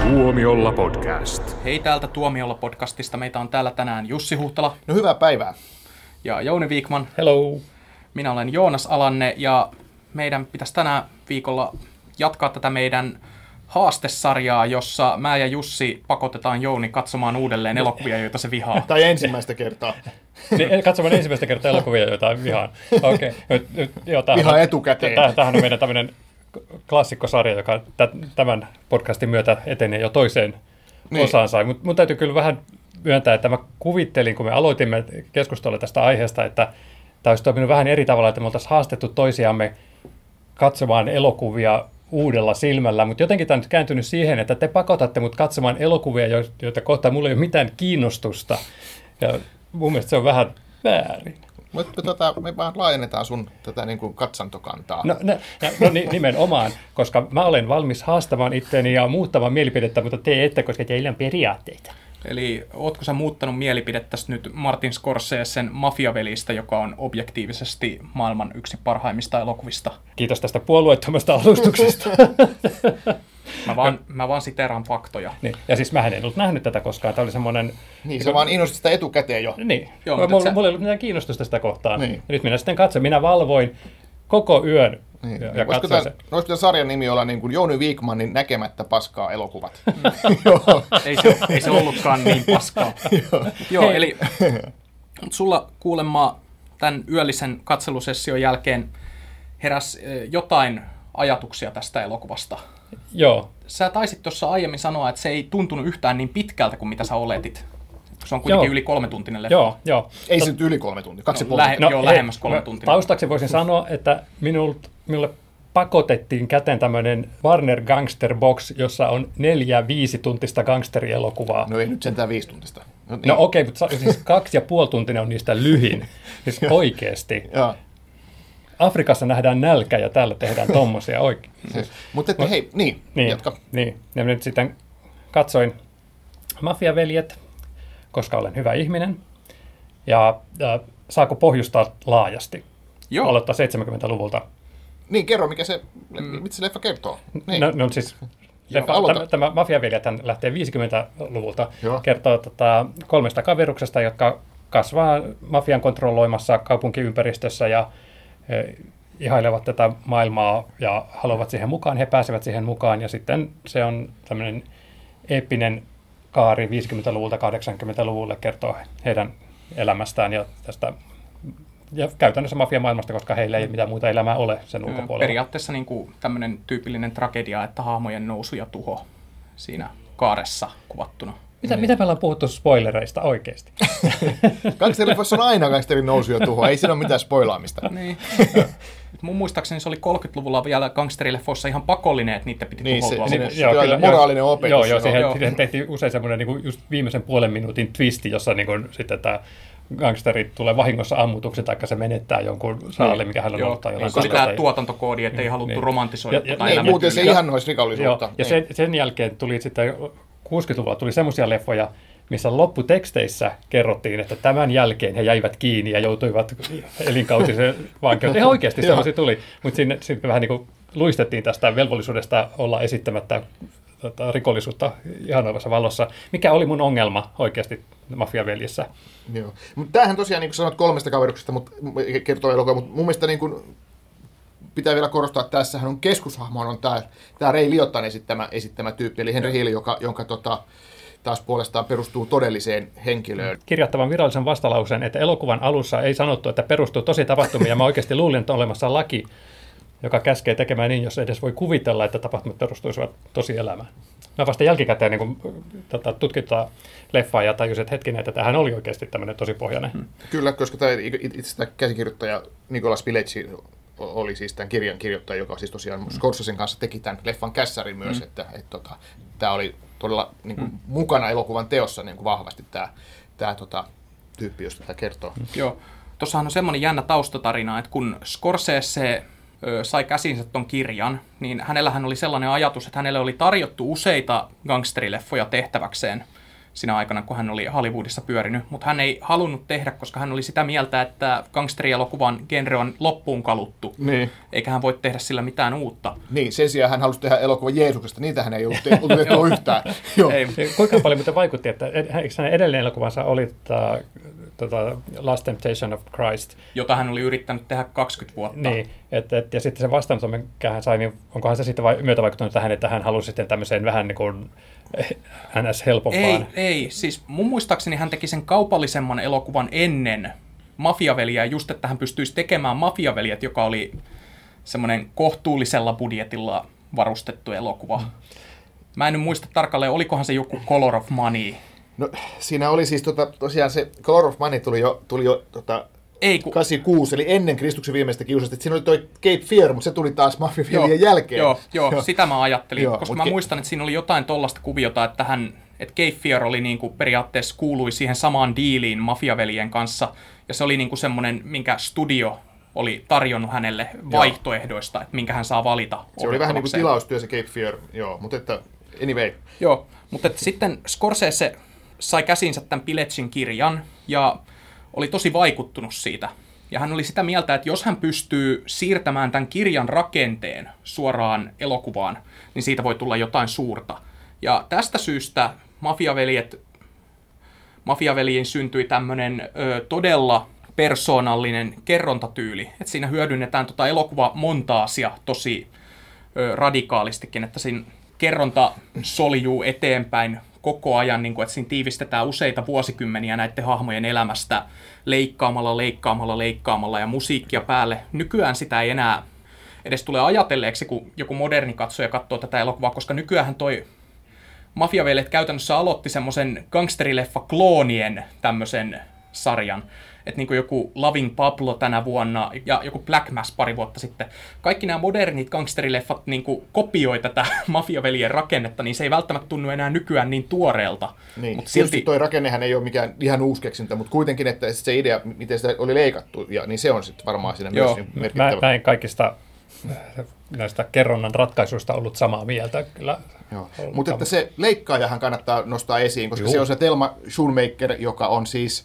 Tuomiolla podcast. Hei täältä Tuomiolla podcastista. Meitä on täällä tänään Jussi Huhtala. No hyvää päivää. Ja Jouni Viikman. Hello. Minä olen Joonas Alanne ja meidän pitäisi tänä viikolla jatkaa tätä meidän haastesarjaa, jossa mä ja Jussi pakotetaan Jouni katsomaan uudelleen elokuvia, joita se vihaa. Tai ensimmäistä kertaa. Katsomaan ensimmäistä kertaa elokuvia, joita vihaan. Okei. Vihaa etukäteen. Tämähän on meidän tämmöinen klassikkosarja, joka tämän podcastin myötä etenee jo toiseen osaansa. Mutta mun täytyy kyllä vähän myöntää, että mä kuvittelin, kun me aloitimme keskustelua tästä aiheesta, että tämä olisi toiminut vähän eri tavalla, että me oltaisiin haastettu toisiamme katsomaan elokuvia uudella silmällä, mutta jotenkin tämä on nyt kääntynyt siihen, että te pakotatte mut katsomaan elokuvia, joita kohtaan mulla ei ole mitään kiinnostusta. Ja mun mielestä se on vähän väärin. Mutta me vaan laajennetaan sun tätä niin kuin katsantokantaa. No nimenomaan, koska mä olen valmis haastamaan itseäni ja muuttamaan mielipidettä, mutta te ette, koska teillä on periaatteita. Eli ootko sä muuttanut mielipidettäsi nyt Martin Scorsesen Mafiavelistä, joka on objektiivisesti maailman yksi parhaimmista elokuvista? Kiitos tästä puolueettomasta alustuksesta. Mä vaan siteeraan faktoja. Niin. Ja siis mähän en ollut nähnyt tätä koskaan. Tämä oli semmoinen... Niin, se vaan innosti sitä etukäteen jo. Niin. Joo, mulla ei ollut mitään kiinnostusta sitä kohtaan. Niin. Ja nyt minä sitten katsoin. Minä valvoin koko yön Niin. ja katsoin sen. Voisiko tämän sarjan nimi olla niin kuin Jouni Viikmanin näkemättä paskaa elokuvat? Ei se ollutkaan niin paskaa. Joo, eli sulla kuulemma tämän yöllisen katselusession jälkeen heräsi jotain ajatuksia tästä elokuvasta. Joo. Sä taisit tuossa aiemmin sanoa, että se ei tuntunut yhtään niin pitkältä kuin mitä sä oletit. Se on kuitenkin yli 3-tuntinen leffa. Joo. Ei se nyt yli 3 tuntia, 2,5 tuntia. Lähemmäs 3 tuntia. Taustaksi voisin sanoa, että minulle pakotettiin käteen tämmöinen Warner Gangster Box, jossa on 4-5 tuntista gangsterielokuvaa. No ei nyt sentään 5 tuntista. No okei, mutta siis 2,5 tuntinen on niistä lyhin. Siis oikeasti. Joo. Afrikassa nähdään nälkä ja täällä tehdään tommosia oikein. Mutta hei, jatka. Niin, ja nyt sitten katsoin Mafiaveljet, koska olen hyvä ihminen, ja saako pohjustaa laajasti. Joo. Aloittaa 70-luvulta. Niin, kerro, mitä se leffa kertoo. Niin. No siis, tämä Mafiaveljet lähtee 50-luvulta, Joo. kertoo kolmesta kaveruksesta, jotka kasvaa mafian kontrolloimassa kaupunkiympäristössä ja ihailevat tätä maailmaa ja haluavat siihen mukaan, he pääsevät siihen mukaan ja sitten se on tämmöinen eeppinen kaari 50-luvulta 80-luvulle kertoo heidän elämästään ja tästä ja käytännössä mafiamaailmasta, koska heillä ei mitään muuta elämää ole sen ulkopuolella. Periaatteessa niin kuin tämmöinen tyypillinen tragedia, että hahmojen nousu ja tuho siinä kaaressa kuvattuna. Mitä me ollaan puhuttu spoilereista oikeasti? Gangsterleffoissa on aina gangsterin nousu ja tuho, ei siinä ole mitään spoilaamista. Niin. Mun muistuakseni se oli 30-luvulla vielä gangsterileffoissa ihan pakollinen, että niitä piti tuhoutua. Kyllä, moraalinen opetus. Joo, siihen tehtiin usein semmoinen niin just viimeisen puolen minuutin twisti, jossa niin kuin, sitten tämä gangsteri tulee vahingossa ammutuksi, tai se menettää jonkun saali, mikä hän on ollut. Se oli tämä tuotantokoodi, että ei haluttu romantisoida. Muuten se ihannoisi rikollisuutta. Ja sen jälkeen tuli sitten 60-luvulla tuli semmoisia leffoja, missä lopputeksteissä kerrottiin, että tämän jälkeen he jäivät kiinni ja joutuivat elinkautiseen vankeuteen. Ihan oikeasti semmoisia tuli, mutta sitten vähän niin kuin luistettiin tästä velvollisuudesta olla esittämättä rikollisuutta ihanoivassa valossa. Mikä oli mun ongelma oikeasti Mafiaveljissä? Joo. Mutta tämähän tosiaan, niin kuin sanoit, 3 kaveruksesta kertoo elokuva, mutta mun mielestä niin kuin pitää vielä korostaa, että tässähän on keskushahmo on tämä Ray Liottan esittämä tyyppi, eli Henry Hill, jonka taas puolestaan perustuu todelliseen henkilöön. Kirjoittavan virallisen vastalauseen, että elokuvan alussa ei sanottu, että perustuu tosi tapahtumiin, ja mä oikeasti luulin, että on olemassa laki, joka käskee tekemään niin, jos edes voi kuvitella, että tapahtumat perustuisivat tosielämään. Mä vasta jälkikäteen niin tutkittaa leffaa ja tajusin, että hetkinen, että tämähän oli oikeasti tämmöinen tosipohjainen. Kyllä, koska itse käsikirjoittaja Nicolas Pileggi oli siis tämän kirjan kirjoittaja, joka siis tosiaan Scorsesen kanssa teki tämän leffan kässärin myös, että tämä oli todella niin kuin, mukana elokuvan teossa niin kuin vahvasti tämä tyyppi, josta tämä kertoo. Joo, tuossahan on semmoinen jännä taustatarina, että kun Scorsese sai käsinsä ton kirjan, niin hänellähän oli sellainen ajatus, että hänelle oli tarjottu useita gangsterileffoja tehtäväkseen siinä aikana, kun hän oli Hollywoodissa pyörinyt, mutta hän ei halunnut tehdä, koska hän oli sitä mieltä, että gangsterielokuvan genre on loppuun kaluttu, eikä hän voi tehdä sillä mitään uutta. Niin, sen sijaan hän halusi tehdä elokuvan Jeesuksesta, niitä hän ei ollut tehty yhtään. Kuinka paljon muuten vaikutti, että eikö hänen edellinen elokuvansa oli Last Temptation of Christ? Jota hän oli yrittänyt tehdä 20 vuotta. Niin, ja sitten se vastaanotto, minkä hän sai, niin onkohan se sitten myötävaikuttanut tähän, että hän halusi sitten tämmöiseen vähän niin kuin NS helpompaan? Ei. Siis mun muistaakseni hän teki sen kaupallisemman elokuvan ennen Mafiaveliä, just että hän pystyisi tekemään Mafiaveljet, joka oli semmoinen kohtuullisella budjetilla varustettu elokuva. Mä en nyt muista tarkalleen, olikohan se joku Color of Money. No, siinä oli siis tosiaan se Color of Money tuli jo 86, eli ennen Kristuksen viimeistä kiusasta. Siinä oli toi Cape Fear, mutta se tuli taas Mafiaveljen jälkeen. Joo, sitä mä ajattelin, koska mä muistan, että siinä oli jotain tollaista kuviota, että Cape Fear oli niinku periaatteessa kuului siihen samaan diiliin Mafiaveljen kanssa, ja se oli niinku semmoinen, minkä studio oli tarjonnut hänelle vaihtoehdoista, että minkä hän saa valita. Se oli vähän niin kuin tilaustyö se Cape Fear, mutta että anyway. Joo, mutta sitten Scorsese sai käsinsä tämän Pilecin kirjan ja oli tosi vaikuttunut siitä. Ja hän oli sitä mieltä, että jos hän pystyy siirtämään tämän kirjan rakenteen suoraan elokuvaan, niin siitä voi tulla jotain suurta. Ja tästä syystä Mafiaveljiin syntyi tämmöinen todella persoonallinen kerrontatyyli. Että siinä hyödynnetään elokuvamontaasia tosi radikaalistikin, että siinä kerronta soljuu eteenpäin koko ajan, niin kuin, että siinä tiivistetään useita vuosikymmeniä näiden hahmojen elämästä leikkaamalla ja musiikkia päälle. Nykyään sitä ei enää edes tule ajatelleeksi, kun joku moderni katsoja katsoo tätä elokuvaa, koska nykyään toi Mafiaveljet käytännössä aloitti semmoisen gangsterileffa-kloonien tämmöisen sarjan. Että niin kuin joku Loving Pablo tänä vuonna ja joku Black Mass pari vuotta sitten. Kaikki nämä modernit gangsterileffat niin kuin kopioi tätä Mafiaveljen rakennetta, niin se ei välttämättä tunnu enää nykyään niin tuoreelta. Niin, mutta silti toi rakennehan ei ole mikään ihan uusi keksintä, mutta kuitenkin, että se idea, miten sitä oli leikattu, niin se on sitten varmaan siinä myös merkittävä. Mä en kaikista näistä kerronnan ratkaisuista ollut samaa mieltä. Kyllä. Mutta että se leikkaajahan kannattaa nostaa esiin, koska se on se Thelma Schoonmaker, joka on siis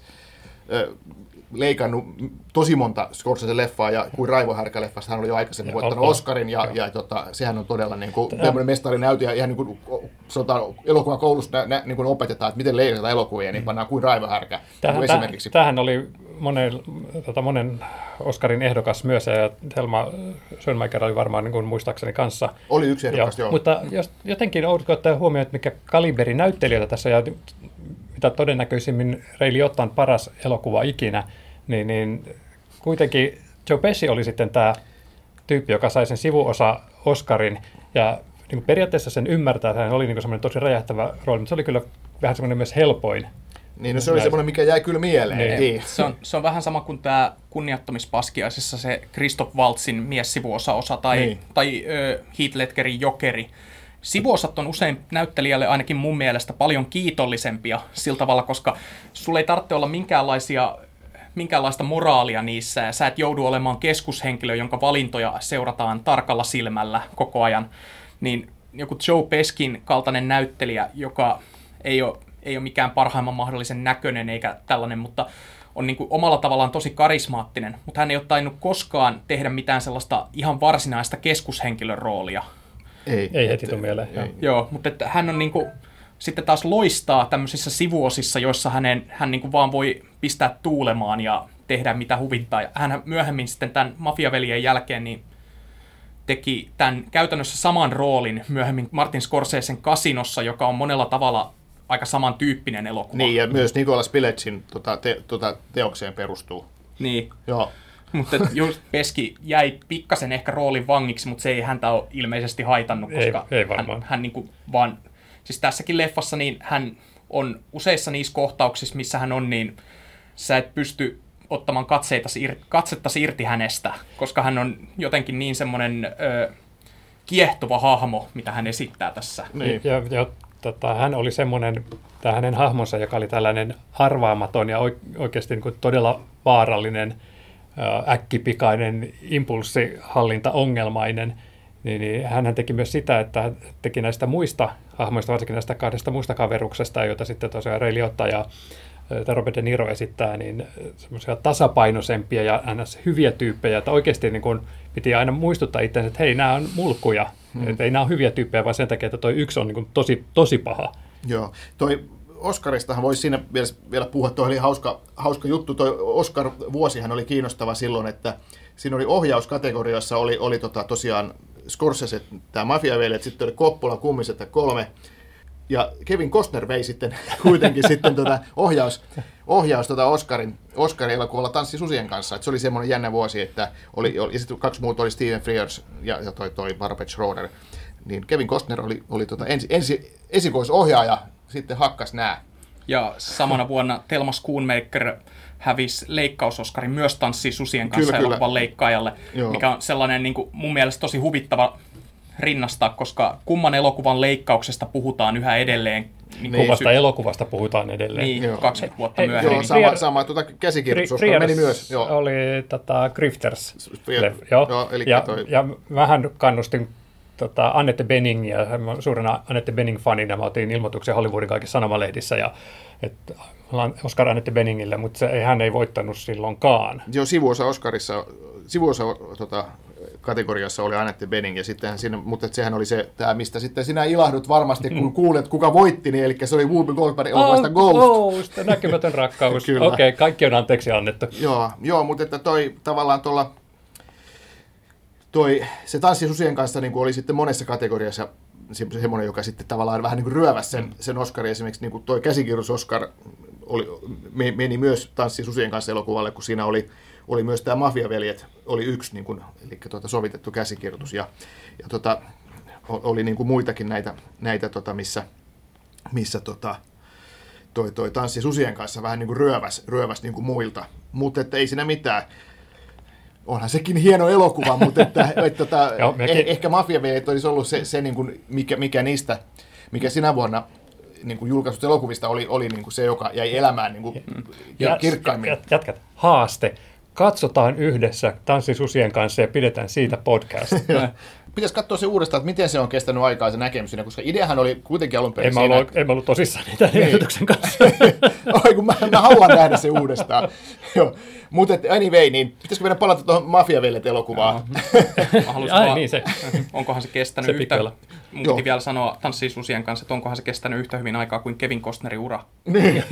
leikannut tosi monta Scorsese-leffaa, ja kuin Raivohärkä-leffasta hän oli jo aikaisemmin voittanut Oscarin, ja sehän on todella niin kuin tämmöinen mestarinäytö, ja ihan niin kuin elokuvan koulussa niin kuin opetetaan, että miten leikataan elokuvia, niin pannaan kuin Raivohärkä esimerkiksi. Tämähän oli monen Oscarin ehdokas myös, ja Thelma Schoonmaker oli varmaan niin kuin muistaakseni kanssa. Oli yksi ehdokas, joo. Mutta jos jotenkin oudutko ottaa huomioon, että mikä kaliberi näyttelijöitä tässä, ja mitä todennäköisimmin Ray Liotta on paras elokuva ikinä, niin kuitenkin Joe Pesci oli sitten tämä tyyppi, joka sai sen sivuosa Oscarin, ja niin periaatteessa sen ymmärtää, että hän oli niin semmoinen tosi räjähtävä rooli, mutta se oli kyllä vähän semmoinen myös helpoin. Niin, no se oli semmoinen, mikä jäi kyllä mieleen. Niin. Se on vähän sama kuin tämä Kunniattomispaskiaisessa se Christoph Waltzin miessivuosa tai Heath Ledgerin Jokeri. Sivuosat on usein näyttelijälle ainakin mun mielestä paljon kiitollisempia sillä tavalla, koska sulla ei tarvitse olla minkäänlaista moraalia niissä, ja sä et joudu olemaan keskushenkilö, jonka valintoja seurataan tarkalla silmällä koko ajan. Niin joku Joe Peskin kaltainen näyttelijä, joka ei ole mikään parhaimman mahdollisen näköinen eikä tällainen, mutta on niin kuin omalla tavallaan tosi karismaattinen, mutta hän ei ole tainnut koskaan tehdä mitään sellaista ihan varsinaista keskushenkilön roolia. Ei heti tule mieleen. Joo, mutta että hän on niinku, sitten taas loistaa tämmöisissä sivuosissa, joissa hän niinku vaan voi pistää tuulemaan ja tehdä mitä huvittaa. Ja hän myöhemmin sitten tämän Mafiaveljen jälkeen niin teki tämän käytännössä saman roolin myöhemmin Martin Scorsesen Casinossa, joka on monella tavalla aika samantyyppinen elokuva. Niin, ja myös Nicolas Pilecin teokseen perustuu. Niin. Joo. Mutta just Pesci jäi pikkasen ehkä roolin vangiksi, mutta se ei häntä ole ilmeisesti haitannut, koska ei hän niin kuin vaan, siis tässäkin leffassa niin hän on useissa niissä kohtauksissa, missä hän on, niin sä et pysty ottamaan katsettasi irti hänestä, koska hän on jotenkin niin semmoinen kiehtova hahmo, mitä hän esittää tässä. Niin. Hän oli semmoinen, tämä hänen hahmonsa, joka oli tällainen arvaamaton ja oikeasti niin kuin todella vaarallinen, äkkipikainen, impulssihallintaongelmainen, niin hän teki myös sitä, että hän teki näistä muista hahmoista, varsinkin näistä 2 muista kaveruksesta, joita sitten tosiaan Ray Liotta ja Robert De Niro esittää, niin semmoisia tasapainoisempia ja hyviä tyyppejä, että oikeasti niin kun piti aina muistuttaa itseänsä, että hei, nämä on mulkkuja, että ei nämä ole hyviä tyyppejä, vaan sen takia, että toi yksi on niin kun tosi paha. Joo, toi Oscaristahan voisi siinä vielä puhua, toi oli hauska juttu, toi Oscar-vuosihan oli kiinnostava silloin, että siinä oli ohjauskategoriassa, oli tosiaan Scorsese, tämä Mafiaveljet, sitten oli Coppola, Kummiset ja 3, ja Kevin Costner vei sitten kuitenkin sitten ohjaus Oscarin elokuvalla Tanssi susien kanssa. Et se oli semmoinen jännä vuosi, että ja sitten 2 muuta oli Stephen Frears ja toi Barbara Schroeder. Niin Kevin Costner oli esikoisohjaaja, sitten hakkas nää. Ja samana vuonna Thelma Schoonmaker hävisi leikkausoskarin myös Tanssii susien kanssa elokuvan leikkaajalle, mikä on sellainen niin kuin, mun mielestä tosi huvittava rinnastaa, koska kumman elokuvan leikkauksesta puhutaan yhä edelleen. Kuvasta elokuvasta puhutaan edelleen. Niin, 20 vuotta myöhemmin. Joo, sama käsikirjoitusoskari meni myös. Joo. Oli Grifters. Ja vähän kannustin Annette Beningia, suurena Annette Bening-fanina. Mä otin ilmoituksia Hollywoodin kaikissa sanomalehdissä, ja Oscar Annette Beningille, mutta hän ei voittanut silloinkaan. Joo, sivuosa kategoriassa oli Annette Bening, ja sittenhän siinä, mutta sehän oli se, mistä sitten sinä ilahdut varmasti, kun kuulet, kuka voitti, niin, eli se oli Whoopi Goldberg elokuvasta Ghost. Näkymätön rakkaus. Okei, kaikki on anteeksi annettu. Joo, mutta että toi tavallaan se Tanssi susien kanssa niin oli sitten monessa kategoriassa semmoinen, joka sitten tavallaan vähän niin kuin ryöväsi sen Oscarin. Esimerkiksi niin kuin toi käsikirjoitus-Oscar meni myös Tanssi susien kanssa elokuvalle, kun siinä oli myös tämä Mafiaveljet, oli yksi, niin kuin, eli sovitettu käsikirjoitus. Ja oli niin kuin muitakin näitä missä toi Tanssi susien kanssa vähän niin kuin ryöväs niin kuin muilta. Mutta ei siinä mitään. Onhan sekin hieno elokuva, mutta ehkä Mafiaveljet olisi ollut se niin kuin, mikä sinä vuonna niin kuin julkaisut elokuvista oli niin kuin se, joka jäi elämään niin kuin kirkkaimmin. Jatkat. Haaste. Katsotaan yhdessä Tanssi susien kanssa ja pidetään siitä podcast. Pitäisi katsoa se uudestaan, että miten se on kestänyt aikaa se näkemys siinä, koska ideahan oli kuitenkin alun perin En mä ollut tosissaan niitä ehdotuksen kanssa. Oi, kun mä haluan nähdä se uudestaan. Mutta anyway, niin pitäisikö meidän palata tuohon Mafiaveljet-elokuvaan? Niin se. Onkohan se kestänyt se yhtä... Mun piti vielä sanoa Tanssii susien kanssa, että onkohan se kestänyt yhtä hyvin aikaa kuin Kevin Costnerin ura. Niin,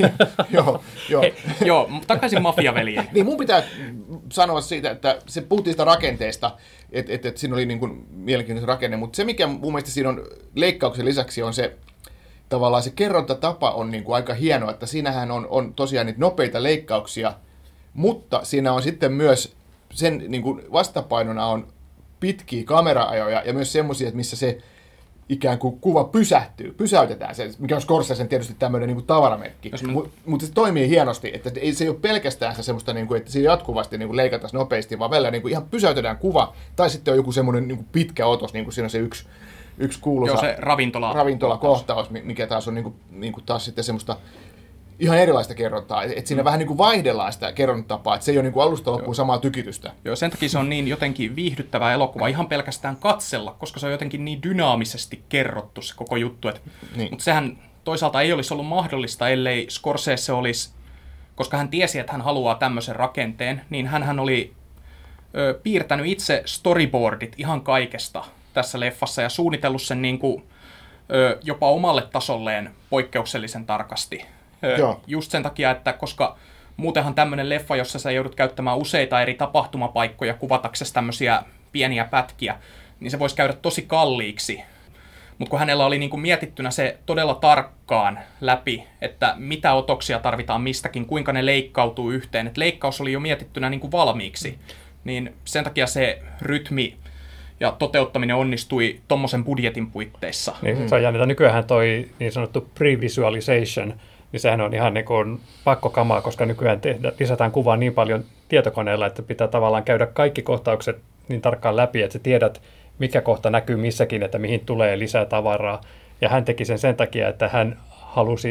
joo, takaisin Mafiaveljeen. Niin mun pitää sanoa siitä, että se puhuttiin sitä rakenteesta, että siinä oli niin kuin mielenkiintoinen rakenne, mutta se mikä mun mielestä siinä on leikkauksen lisäksi on se, tavallaan se kerrontatapa on niin kuin aika hieno, että siinähän on tosiaan niitä nopeita leikkauksia, mutta siinä on sitten myös sen niin kuin vastapainona on pitkiä kamera-ajoja ja myös semmoisia, että missä se ikään kuin kuva pysäytetään, se, mikä on Scorsesen tietysti tämmöinen niin kuin tavaramerkki, mutta se toimii hienosti, että se ei ole pelkästään se semmoista, niin kuin, että se jatkuvasti niin kuin leikataan nopeasti, vaan välillä niin kuin ihan pysäytetään kuva, tai sitten on joku semmoinen niin kuin pitkä otos, niin kuin siinä on se yksi kuuluisa se ravintolakohtaus, mikä taas on niin kuin taas sitten semmoista ihan erilaista kerrontaa, että siinä vähän niin kuin vaihdellaan sitä kerrontatapaa, että se ei ole niin kuin alusta loppuun samaa tykitystä. Joo, sen takia se on niin jotenkin viihdyttävä elokuva ihan pelkästään katsella, koska se on jotenkin niin dynaamisesti kerrottu se koko juttu. Niin. Mutta sehän toisaalta ei olisi ollut mahdollista, ellei Scorsese olisi, koska hän tiesi, että hän haluaa tämmöisen rakenteen, niin hän oli piirtänyt itse storyboardit ihan kaikesta tässä leffassa ja suunnitellut sen niin kuin, jopa omalle tasolleen poikkeuksellisen tarkasti. Just sen takia, että koska muutenhan tämmöinen leffa, jossa sä joudut käyttämään useita eri tapahtumapaikkoja kuvataksesi tämmöisiä pieniä pätkiä, niin se voisi käydä tosi kalliiksi. Mutta kun hänellä oli niinku mietittynä se todella tarkkaan läpi, että mitä otoksia tarvitaan mistäkin, kuinka ne leikkautuu yhteen, että leikkaus oli jo mietittynä niinku valmiiksi, niin sen takia se rytmi ja toteuttaminen onnistui tommosen budjetin puitteissa. Niin, se on jännä. Nykyään toi niin sanottu pre-visualization, niin sehän on ihan niin kuin pakkokamaa, koska nykyään lisätään kuvaa niin paljon tietokoneella, että pitää tavallaan käydä kaikki kohtaukset niin tarkkaan läpi, että sä tiedät, mikä kohta näkyy missäkin, että mihin tulee lisää tavaraa. Ja hän teki sen takia, että hän halusi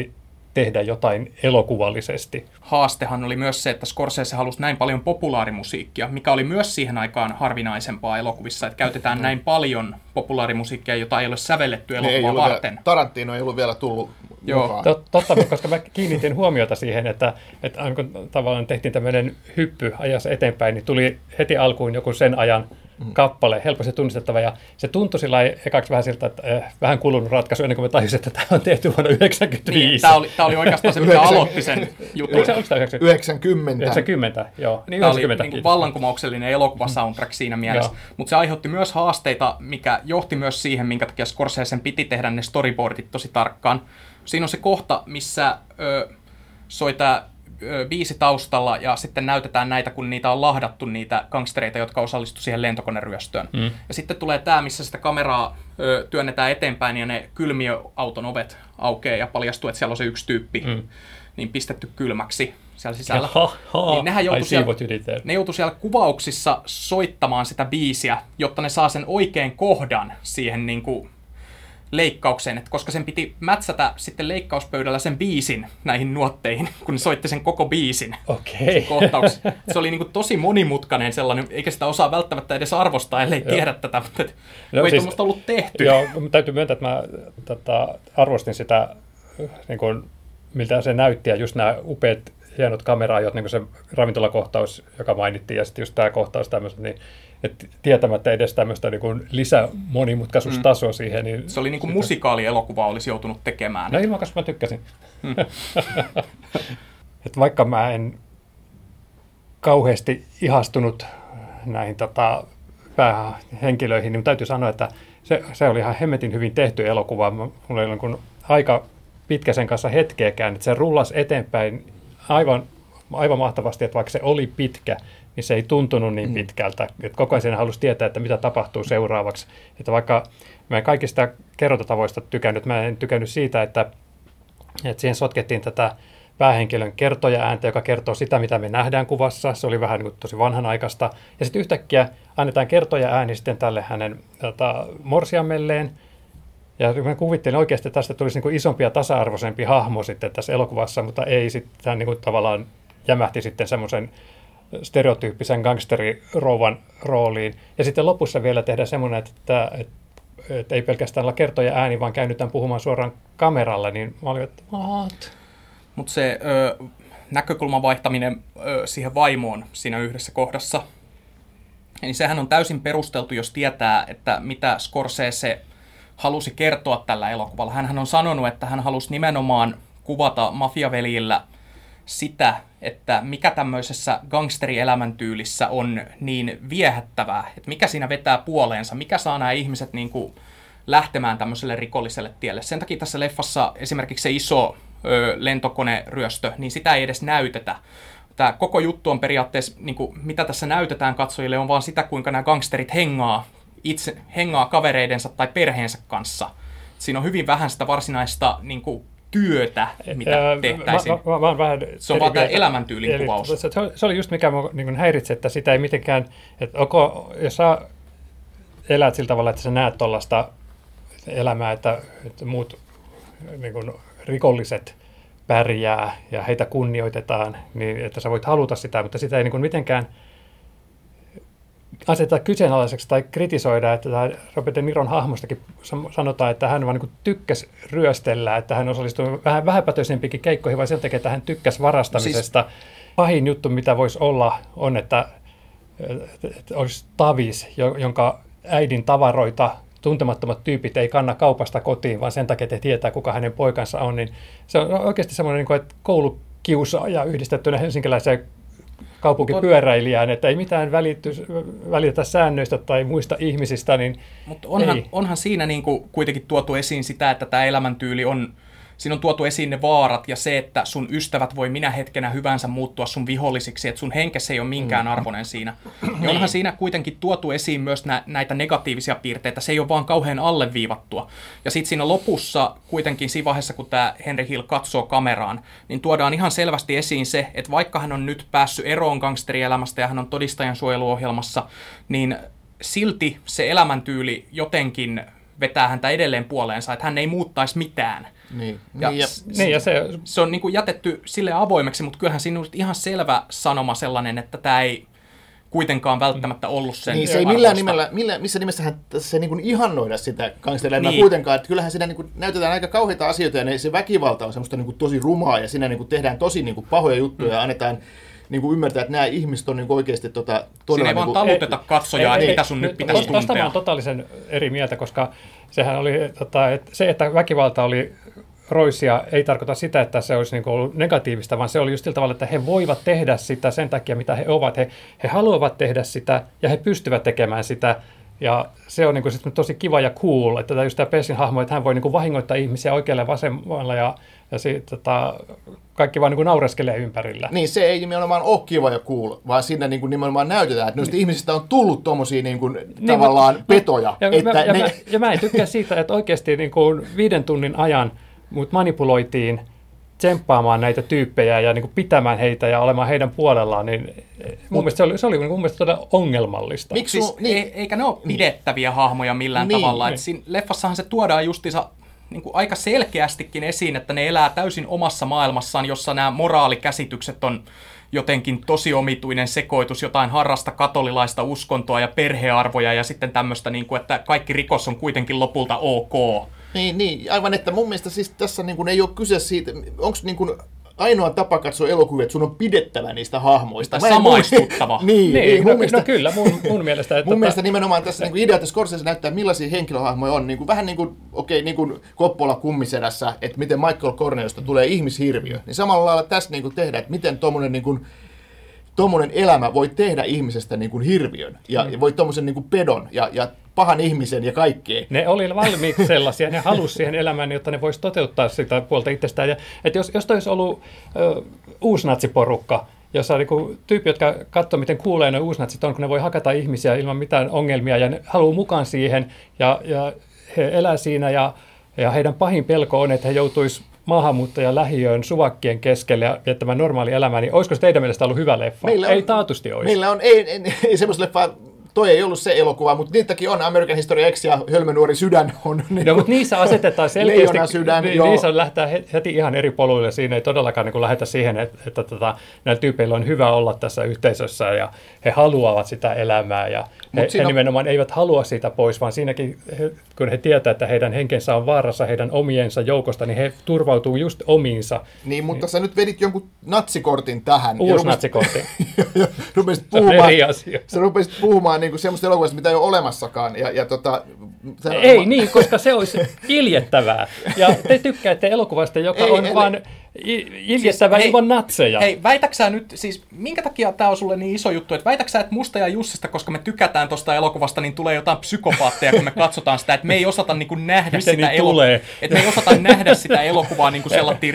tehdä jotain elokuvallisesti. Haastehan oli myös se, että Scorsese halusi näin paljon populaarimusiikkia, mikä oli myös siihen aikaan harvinaisempaa elokuvissa, että käytetään näin paljon populaarimusiikkia, jota ei ole sävelletty elokuvaa varten. Tarantino ei ollut vielä tullut mukaan. Totta, koska mä kiinnitin huomiota siihen, että kun tavallaan tehtiin tämmöinen hyppy ajassa eteenpäin, niin tuli heti alkuun joku sen ajan kappale, helposti tunnistettava, ja se tuntui sillä ekaksi vähän siltä, että vähän kulunut ratkaisu, ennen kuin me tajusin, että tämä on tehty vuonna 1995. Niin, tämä oli oikeastaan se, mikä aloitti sen jutun. 90. 90, joo. Niin tämä 90. oli niin vallankumouksellinen elokuvasoundtrack siinä mielessä, mutta se aiheutti myös haasteita, mikä johti myös siihen, minkä takia Scorsesen piti tehdä ne storyboardit tosi tarkkaan. Siinä on se kohta, missä soi tämä biisi taustalla ja sitten näytetään näitä, kun niitä on lahdattu, niitä gangstereita, jotka osallistuivat siihen lentokoneryöstöön. Ja sitten tulee tämä, missä sitä kameraa työnnetään eteenpäin ja ne kylmiöauton ovet aukeaa ja paljastuu, että siellä on se yksi tyyppi niin pistetty kylmäksi siellä sisällä. Niin nehän joutui siellä kuvauksissa soittamaan sitä biisiä, jotta ne saa sen oikean kohdan siihen niin kuin leikkaukseen, että koska sen piti mätsätä sitten leikkauspöydällä sen biisin näihin nuotteihin, kun ne soitti sen koko biisin kohtauksessa. Se oli niin kuin tosi monimutkainen sellainen, eikä sitä osaa välttämättä edes arvostaa, ellei tiedä tätä, mutta ei siis tuommoista ollut tehty. Joo, täytyy myöntää, että mä arvostin sitä, niin kuin, miltä se näytti, ja just nämä upeat, hienot kameraajot, niin kuin se ravintolakohtaus, joka mainittiin, ja sitten just tämä kohtaus tämmöiset, niin että tietämättä edes tämmöistä niin kuin lisämonimutkaisuustasoa siihen. Niin se oli niin kuin musikaalielokuva olisi joutunut tekemään. No ilman, koska mä tykkäsin. Et vaikka mä en kauheasti näihin päähenkilöihin, niin täytyy sanoa, että se oli ihan hemmetin hyvin tehty elokuva. Mulla oli niin kuin aika pitkä sen kanssa hetkeäkään, että se rullasi eteenpäin aivan mahtavasti, että vaikka se oli pitkä, niin se ei tuntunut niin pitkältä. Että koko ajan halusi tietää, että mitä tapahtuu seuraavaksi. Että vaikka mä en kaikista kerrontatavoista tykännyt, mä en tykännyt siitä, että siihen sotkettiin tätä päähenkilön kertoja-ääntä, joka kertoo sitä, mitä me nähdään kuvassa. Se oli vähän niin kuin tosi vanhanaikaista. Ja sitten yhtäkkiä annetaan kertoja-ääni sitten tälle hänen morsiamelleen. Ja mä kuvittelin oikeasti, että tästä tulisi niin kuin isompi ja tasa-arvoisempi hahmo sitten tässä elokuvassa, mutta ei sitten hän niin kuin tavallaan jämähti sitten semmoisen stereotyyppisen gangsterirouvan rooliin. Ja sitten lopussa vielä tehdä semmoinen, että ei pelkästään olla kertoja ääni, vaan käännytään puhumaan suoraan kameralla, niin mä olin, että mutta se näkökulman vaihtaminen siihen vaimoon siinä yhdessä kohdassa, niin sehän on täysin perusteltu, jos tietää, että mitä Scorsese halusi kertoa tällä elokuvalla. Hänhän on sanonut, että hän halusi nimenomaan kuvata mafiaveljillä sitä, että mikä tämmöisessä gangsterielämäntyylissä on niin viehättävää, että mikä siinä vetää puoleensa, mikä saa nämä ihmiset niin kuin lähtemään tämmöiselle rikolliselle tielle. Sen takia tässä leffassa esimerkiksi se iso lentokoneryöstö, niin sitä ei edes näytetä. Tämä koko juttu on periaatteessa, niin kuin, mitä tässä näytetään katsojille, on vaan sitä, kuinka nämä gangsterit hengaa kavereidensa tai perheensä kanssa. Siinä on hyvin vähän sitä varsinaista niin kuin, työtä, mitä tehtäisiin. Se on vaan tämä elämäntyylin kuvaus. Se oli just mikä niin häiritsi, että sitä ei mitenkään, että jos sä elät sillä tavalla, että sä näet tuollaista elämää, että muut niin kuin, rikolliset pärjää ja heitä kunnioitetaan, niin että sä voit haluta sitä, mutta sitä ei niin kuin mitenkään asettaa kyseenalaiseksi tai kritisoida, että Robert De Niron hahmostakin sanotaan, että hän vaan niin tykkäsi ryöstellä, että hän osallistui vähän vähäpätöisempikin keikkoihin, vai sen takia, että hän tykkäsi varastamisesta. Pahin juttu, mitä voisi olla, on, että olisi tavis, jonka äidin tavaroita tuntemattomat tyypit ei kanna kaupasta kotiin, vaan sen takia, että he tietää, kuka hänen poikansa on. Niin se on oikeasti semmoinen, että koulukiusaaja yhdistettynä helsinkiläiseen kaupunkipyöräilijään, että ei mitään välitetä säännöistä tai muista ihmisistä. Niin mutta onhan siinä niin kuin kuitenkin tuotu esiin sitä, että tämä elämäntyyli on, siinä on tuotu esiin ne vaarat ja se, että sun ystävät voi minä hetkenä hyvänsä muuttua sun vihollisiksi, että sun henkessä ei ole minkään arvoinen siinä. Ja onhan siinä kuitenkin tuotu esiin myös näitä negatiivisia piirteitä, se ei ole vaan kauhean alleviivattua. Ja sitten siinä lopussa kuitenkin siinä vaiheessa, kun tämä Henry Hill katsoo kameraan, niin tuodaan ihan selvästi esiin se, että vaikka hän on nyt päässyt eroon gangsterielämästä ja hän on todistajansuojeluohjelmassa, niin silti se elämäntyyli jotenkin vetää häntä edelleen puoleensa, että hän ei muuttaisi mitään. Niin. Ja se on niin kuin jätetty sille avoimeksi, mutta kyllähän siinä on ihan selvä sanoma sellainen, että tämä ei kuitenkaan välttämättä ollut sen niin, se ei millään nimellä, missä nimessähän se niin kuin ihannoida sitä gangsterielämää kuitenkaan, että kyllähän siinä niin kuin näytetään aika kauheita asioita ja se väkivalta on semmoista niin kuin tosi rumaa ja siinä niin kuin tehdään tosi niin kuin pahoja juttuja ja annetaan niin kuin ymmärtää, että nämä ihmiset on niin kuin oikeasti todella... Siinä ei vaan taluteta katsojaa, että mitä sun nyt pitäisi tuntea. Tuosta mä oon totaalisen eri mieltä, koska sehän oli, että väkivalta oli roisia, ei tarkoita sitä, että se olisi niin kuin ollut negatiivista, vaan se oli just sillä tavalla, että he voivat tehdä sitä sen takia, mitä he ovat. He haluavat tehdä sitä ja he pystyvät tekemään sitä. Ja se on niin kuin tosi kiva ja cool, että just tämä Pessin hahmo, että hän voi niin kuin vahingoittaa ihmisiä oikealle ja vasemmalla ja kaikki vaan niin kuin naureskelee ympärillä. Niin, se ei nimenomaan ole kiva ja cool, vaan siinä niin kuin nimenomaan näytetään, että noista ihmisistä on tullut tommosia niin kuin tavallaan petoja. Ja mä en tykkää siitä, että oikeasti niin kuin 5 tunnin ajan mut manipuloitiin tsemppaamaan näitä tyyppejä ja niin kuin pitämään heitä ja olemaan heidän puolellaan, niin mun mielestä se oli mun mielestä todella ongelmallista. Miksi siis, eikä ne ole pidettäviä hahmoja millään tavalla. Niin. Siinä leffassahan se tuodaan justiinsa niin kuin aika selkeästikin esiin, että ne elää täysin omassa maailmassaan, jossa nämä moraalikäsitykset on jotenkin tosi omituinen sekoitus, jotain harrasta katolilaista uskontoa ja perhearvoja ja sitten tämmöistä, niin kuin, että kaikki rikos on kuitenkin lopulta ok. Niin, aivan, että mun mielestä siis tässä niin kuin ei ole kyse siitä, onko niin kuin ainoa tapa katsoa elokuvia, että sun on pidettävä niistä hahmoista. Tai samaistuttava. niin, kyllä, mun mielestä. Että mun mielestä nimenomaan tässä niin idea, että Scorsese näyttää, millaisia henkilöhahmoja on. Niin kuin, vähän niin kuin, niin kuin Coppola Kummisedässä, että miten Michael Corneosta tulee ihmishirviö. Niin samalla lailla tässä niin kuin tehdään, että miten tuommoinen elämä voi tehdä ihmisestä niin kuin hirviön. Ja voi tuommoisen niin kuin pedon ja pahan ihmisen ja kaikkea. Ne oli valmiiksi sellaisia, ne halusi siihen elämään, jotta ne voisi toteuttaa sitä puolta itsestään. Ja, että jos toi olisi ollut uusnatsiporukka, jossa on niin tyyppi, jotka katsoo, miten kuulee ne uusnatsit on, kun ne voi hakata ihmisiä ilman mitään ongelmia, ja ne haluaa mukaan siihen, ja he elää siinä, ja heidän pahin pelko on, että he joutuisi maahanmuuttajan lähiöön suvakkien keskelle ja viettämään normaali elämää, niin olisiko se teidän mielestä ollut hyvä leffa? Ei taatusti olisi. Meillä on, ei semmoista leffaa, toi ei ollut se elokuva, mutta niitäkin on American History X ja Hölmönuori sydän on. No, mutta niissä asetetaan selkeästi, niissä lähtee heti ihan eri poluille. Siinä ei todellakaan niin lähetä siihen, että näillä tyypeillä on hyvä olla tässä yhteisössä ja he haluavat sitä elämää ja he nimenomaan eivät halua siitä pois, vaan siinäkin, kun he tietävät, että heidän henkensä on vaarassa heidän omiensa joukosta, niin he turvautuu just omiinsa. Niin, mutta sä nyt vedit jonkun natsikortin tähän. Uusnatsikortin. Ja rupesit puhumaan niin kuin semmoista elokuvasta, mitä ei ole olemassakaan. Ei niin, koska se olisi iljettävää. Ja te tykkäätte elokuvasta, joka on vaan iljettävää ilman natseja. Hei, väitäksä nyt, siis minkä takia tämä on sulle niin iso juttu, että väitäksä, että musta ja Jussista, koska me tykätään tuosta elokuvasta, niin tulee jotain psykopaatteja, kun me katsotaan sitä, että me ei osata niin kuin nähdä sitä elokuvaa. Että me ei osata nähdä sitä elokuvaa niin kuin sellatiin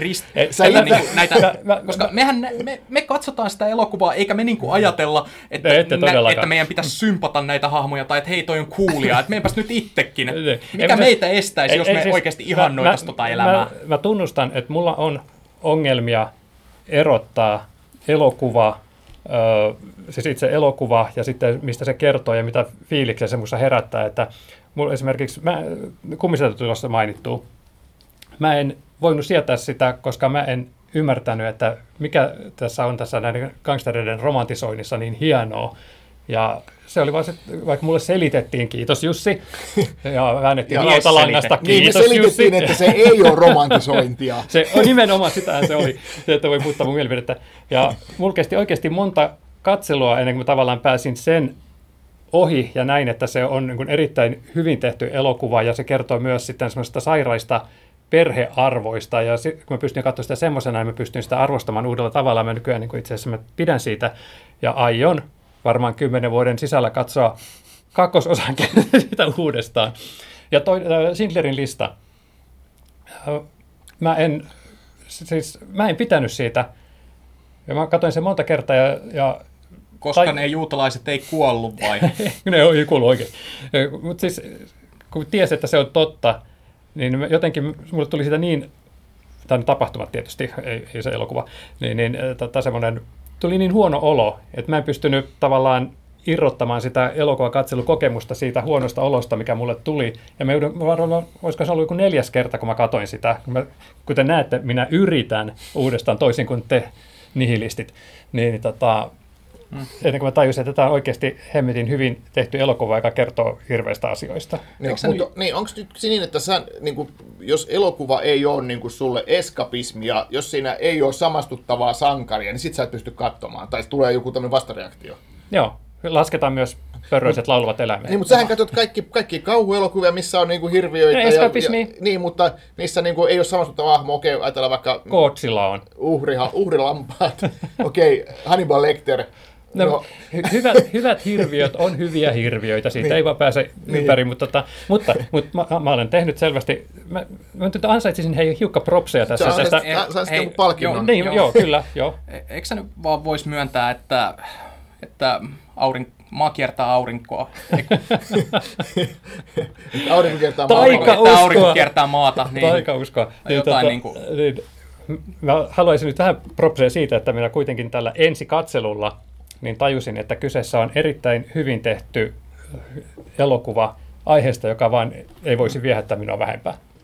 koska me katsotaan sitä elokuvaa, eikä me niin kuin ajatella, että meidän pitäisi sympata näitä hahmoja, tai että hei, toi on coolia, että meenpäs nyt itsekin. Mikä meitä estäisi, jos me oikeasti ihannoitaisiin tota elämää? Mä tunnustan, että mulla on ongelmia erottaa elokuva, siis itse elokuva ja sitten mistä se kertoo ja mitä fiiliksiä se minussa herättää. Että mulla esimerkiksi, Kummiselta tulossa mainittu, mä en voinut sietää sitä, koska mä en ymmärtänyt, että mikä tässä on tässä näiden gangstereiden romantisoinnissa niin hienoa. Ja se oli vaan se, vaikka mulle selitettiin, kiitos Jussi, ja väännettiin rautalangasta, kiitos Jussi. Niin me selitettiin, että se ei ole romantisointia. Se on nimenomaan sitä, se oli, se, että voi muuttaa mun mielipidettä. Ja mulla kesti oikeasti monta katselua ennen kuin mä tavallaan pääsin sen ohi ja näin, että se on niin kuin erittäin hyvin tehty elokuva, ja se kertoo myös sitten semmoista sairaista perhearvoista, ja kun mä pystyn katsomaan sitä semmoisena, niin mä pystyn sitä arvostamaan uudella tavalla. Mä nykyään niin itse asiassa mä pidän siitä, ja aion varmaan 10 vuoden sisällä katsoa kakkososan sitä uudestaan. Ja Schindlerin lista. Mä en pitänyt siitä. Ja mä katsoin sen monta kertaa. Koska ne juutalaiset ei kuollut vai? Ne ei kuollut oikein. Mutta siis kun tiesi, että se on totta, niin jotenkin mulle tuli sitä niin, tai tapahtumat tietysti, ei se elokuva, semmoinen tuli niin huono olo, että mä en pystynyt tavallaan irrottamaan sitä elokuvakatselukokemusta siitä huonosta olosta, mikä mulle tuli. Ja mä varmaan, olisiko se ollut joku 4. kerta, kun mä katsoin sitä. Kuten näette, minä yritän uudestaan toisin kuin te nihilistit. Ennen kuin mä tajusin, että tämä on oikeasti hemmetin hyvin tehty elokuva, joka kertoo hirveistä asioista. Onko nyt niin, että jos elokuva ei ole niin kuin sulle eskapismia, jos siinä ei ole samastuttavaa sankaria, niin sit sä et pysty katsomaan, tai tulee joku tämmöinen vastareaktio? Joo, lasketaan myös pörröiset lauluvat eläimet. Niin, mutta sähän katsot kaikki kauhuelokuvia, missä on niinku hirviöitä. Eskapismi. Niin, mutta niissä niinku ei ole samastuttava hahmo. Okei, ajatellaan vaikka Godzilla on. Uhrilampaat. Okei, Hannibal Lecter. No, hyvät hirviöt on hyviä hirviöitä, siitä ei vaan pääse ympäri, mutta mä olen tehnyt selvästi, mä ansaitsisin hiukka propseja tässä. Sä joku palkinnon. Joo, kyllä, joo. Eikö sä nyt vaan vois myöntää, että maa kiertää aurinkoa? Aurinko kiertää maata. Aurinko kiertää maata. Niin, taikauskoa. Mä haluaisin nyt vähän propseja siitä, että minä kuitenkin tällä ensikatselulla niin tajusin, että kyseessä on erittäin hyvin tehty elokuva aiheesta, joka vaan ei voisi viehättää minua vähempää.